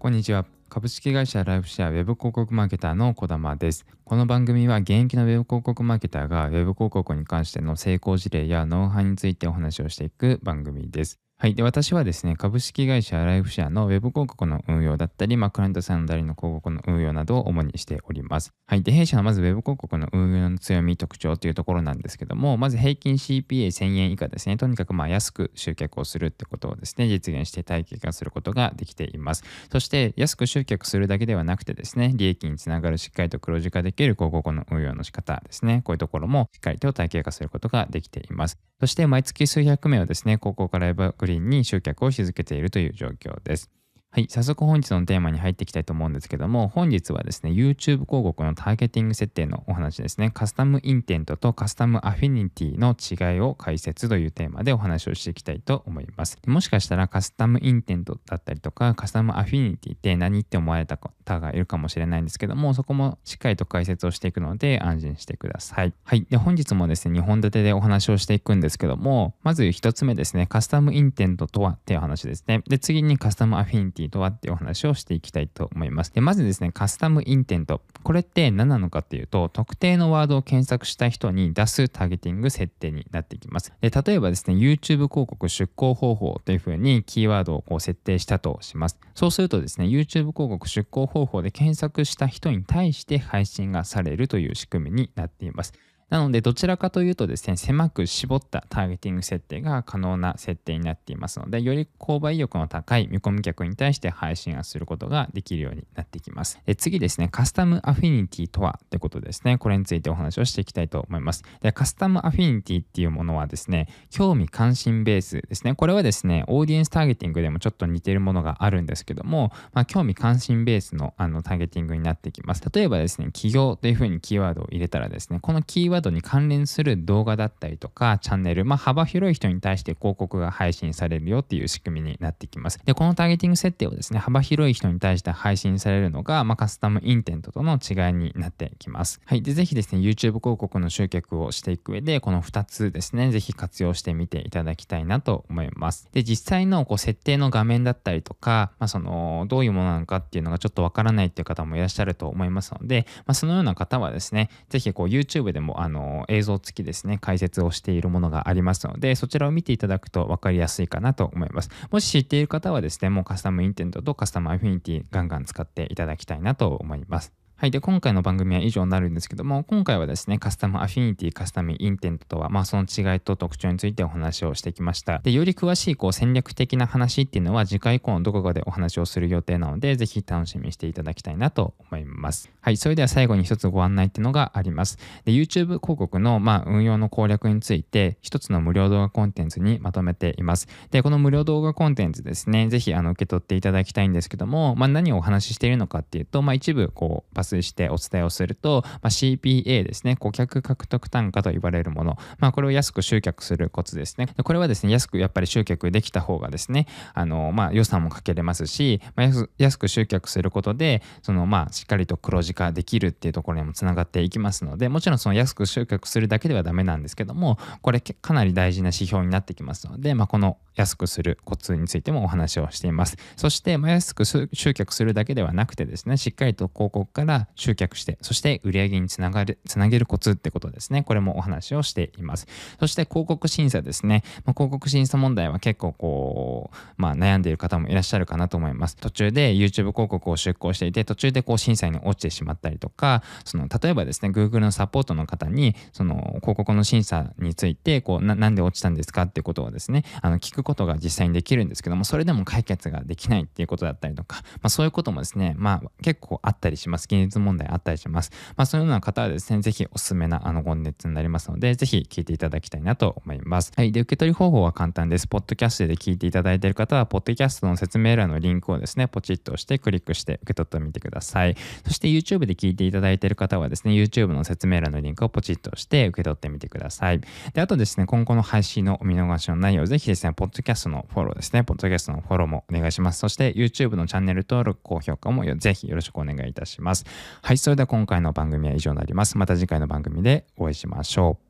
こんにちは。株式会社ライフシェアウェブ広告マーケターの小玉です。この番組は現役のウェブ広告マーケターがウェブ広告に関しての成功事例やノウハウについてお話をしていく番組です。はい。で、私はですね、株式会社ライフシェアのウェブ広告の運用だったり、クライアントさんの代理の広告の運用などを主にしております。はい。で、弊社のまずウェブ広告の運用の強み、特徴というところなんですけども、まず平均 CPA1000 円以下ですね。とにかく安く集客をするってことをですね、実現して体系化することができています。そして安く集客するだけではなくてですね、利益につながるしっかりと黒字化できる広告の運用の仕方ですね、こういうところもしっかりと体系化することができています。そして毎月数百名をですね、広告からエバーグリーンに集客をし続けているという状況です。はい、早速本日のテーマに入っていきたいと思うんですけども、本日はですね、YouTube 広告のターゲティング設定のお話ですね、カスタムインテントとカスタムアフィニティの違いを解説というテーマでお話をしていきたいと思います。もしかしたらカスタムインテントだったりとか、カスタムアフィニティって何って思われた方がいるかもしれないんですけども、そこもしっかりと解説をしていくので安心してください。はい。で、本日もですね、2本立てでお話をしていくんですけども、まず1つ目ですね、カスタムインテントとはっていう話ですね。で、次にカスタムアフィニティとはっていうお話をしていきたいと思います。で、まずですね、カスタムインテント。これって何なのかっていうと、特定のワードを検索した人に出すターゲティング設定になっていきます。で、例えばですね、YouTube 広告出稿方法というふうにキーワードを設定したとします。そうするとですね、YouTube 広告出稿方法で検索した人に対して配信がされるという仕組みになっています。なので、どちらかというとですね、狭く絞ったターゲティング設定が可能な設定になっていますので、より購買意欲の高い見込み客に対して配信をすることができるようになってきます。で、次ですね、カスタムアフィニティとはってことですね。これについてお話をしていきたいと思います。で、カスタムアフィニティっていうものはですね、興味関心ベースですね。これはですね、オーディエンスターゲティングでもちょっと似てるものがあるんですけども、興味関心ベースのターゲティングになってきます。例えばですね、企業というふうにキーワードを入れたらですね、このキーワードに関連する動画だったりとかチャンネル、幅広い人に対して広告が配信されるよっていう仕組みになってきます。で、このターゲティング設定をですね、幅広い人に対して配信されるのが、カスタムインテントとの違いになってきます。はい。で、ぜひですね、YouTube 広告の集客をしていく上で、この2つですね、ぜひ活用してみていただきたいなと思います。で、実際の設定の画面だったりとか、どういうものなのかっていうのがちょっとわからないっていう方もいらっしゃると思いますので、そのような方はですね、ぜひYouTube でも映像付きですね、解説をしているものがありますので、そちらを見ていただくと分かりやすいかなと思います。もし知っている方はですね、もうカスタムインテントとカスタムアフィニティガンガン使っていただきたいなと思います。はい。で、今回の番組は以上になるんですけども、今回はですね、カスタムアフィニティ、カスタムインテントとは、その違いと特徴についてお話をしてきました。で、より詳しい戦略的な話っていうのは次回以降のどこかでお話をする予定なので、ぜひ楽しみにしていただきたいなと思います。はい。それでは最後に一つご案内っていうのがあります。で、YouTube 広告の運用の攻略について、一つの無料動画コンテンツにまとめています。で、この無料動画コンテンツですね、ぜひ受け取っていただきたいんですけども、何をお話ししているのかっていうと、一部抜粋してお伝えをすると、CPA ですね、顧客獲得単価と言われるもの、これを安く集客するコツですね。これはですね、安くやっぱり集客できた方がですね、予算もかけれますし、安く集客することで、しっかりと黒字化できるっていうところにもつながっていきますので、もちろんその安く集客するだけではダメなんですけども、これかなり大事な指標になってきますので、この安くするコツについてもお話をしています。そして、安く集客するだけではなくてですね、しっかりと広告から集客して、そして売上につなげるコツってことですね。これもお話をしています。そして広告審査ですね。広告審査問題は結構悩んでいる方もいらっしゃるかなと思います。途中で YouTube 広告を出稿していて、途中で審査に落ちてしまったりとか、例えばですね、Google のサポートの方に、広告の審査について、なんで落ちたんですかっていうことをですね、聞くことが実際にできるんですけども、それでも解決ができないっていうことだったりとか、そういうこともですね、結構あったりします。現実問題あったりします。そういうような方はですね、ぜひおすすめなコンテンツになりますので、ぜひ聞いていただきたいなと思います。はい。で、受け取り方法は簡単です。ポッドキャストで聞いていただいている方は、ポッドキャストの説明欄のリンクをですね、ポチッと押してクリックして受け取ってみてください。そして YouTube で聞いていただいている方はですね、YouTube の説明欄のリンクをポチッと押して受け取ってみてください。で、あとですね、今後の配信のお見逃しの内容、ぜひですね、ポッドキャストのフォローですね、ポッドキャストのフォローもお願いします。そして YouTube のチャンネル登録、高評価もぜひよろしくお願いいたします。はい。それでは今回の番組は以上になります。また次回の番組でお会いしましょう。